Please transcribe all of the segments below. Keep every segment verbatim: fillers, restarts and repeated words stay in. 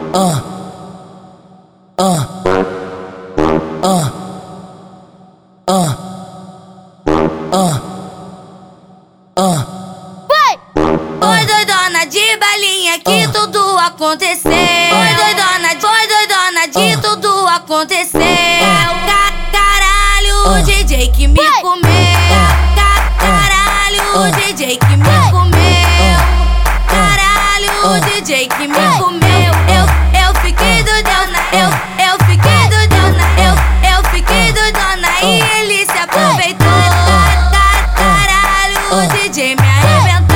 ah, ah, ah, ah, ah, ah. Oi, doidona de balinha que ah. tudo aconteceu. Oi, doidona, oi, doidona de ah. tudo aconteceu. Ca caralho, o D J que me comeu. Ca caralho, o D J que me comeu. Caralho, o D J que me comeu. Eu, eu fiquei doidona, eu, eu fiquei doidona, eu, eu fiquei doidona e ele se aproveitou. Caralho, o D J me arrebentou.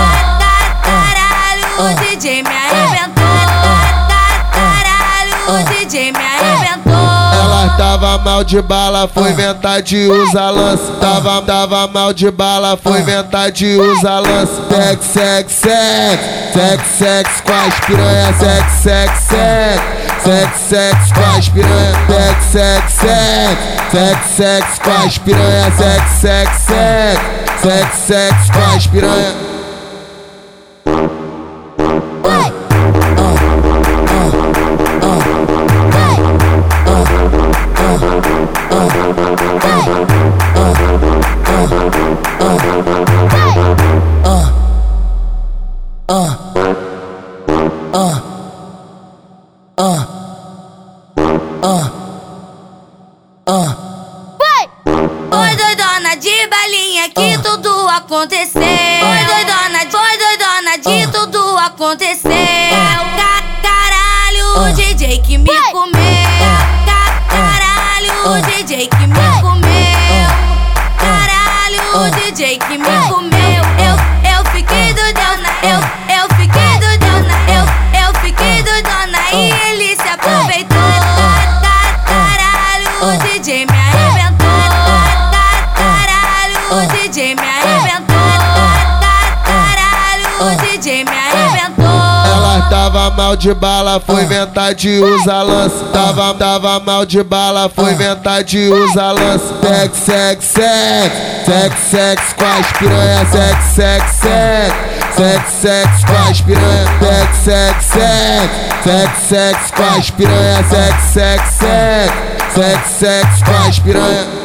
O D J me arrebentou. Caralho, o D J me arrebentou. Ela tava mal de bala, foi inventar de usar lance. Tava, tava mal de bala, foi inventar de usar lance. Sex, sex, sex, sex, sex com as piranha. Sex, sex, sex, sex, sex com as piranha. Sex, sex, sex, sex, sex com as piranha. Sex, sex, sex, sex, sex com as piranha. Oi, doidona de balinha que tudo aconteceu. Oi, doidona, oi, doidona de tudo aconteceu. Ca caralho, o D J que me comeu. Ca caralho, o D J que me comeu. Caralho, o D J que me comeu. Eu, eu fiquei doidona, eu, eu fiquei doidona, eu, eu fiquei doidona e ele se aproveitou. Caralho, o D J me arrebentou. Caralho, o D J me arrebentou. Caralho, o D J me arrebentou. Ela tava mal de bala, foi inventar de usar lance. Tava, tava mal de bala, foi inventar de usar lance. Sex, sex, sex, sex, sex com as piranha. Sex, sex, sex, sex, sex com as piranha. Sex, sex, sex, sex, sex com as piranha. Sex, sex, sex, sex, sex com as piranha.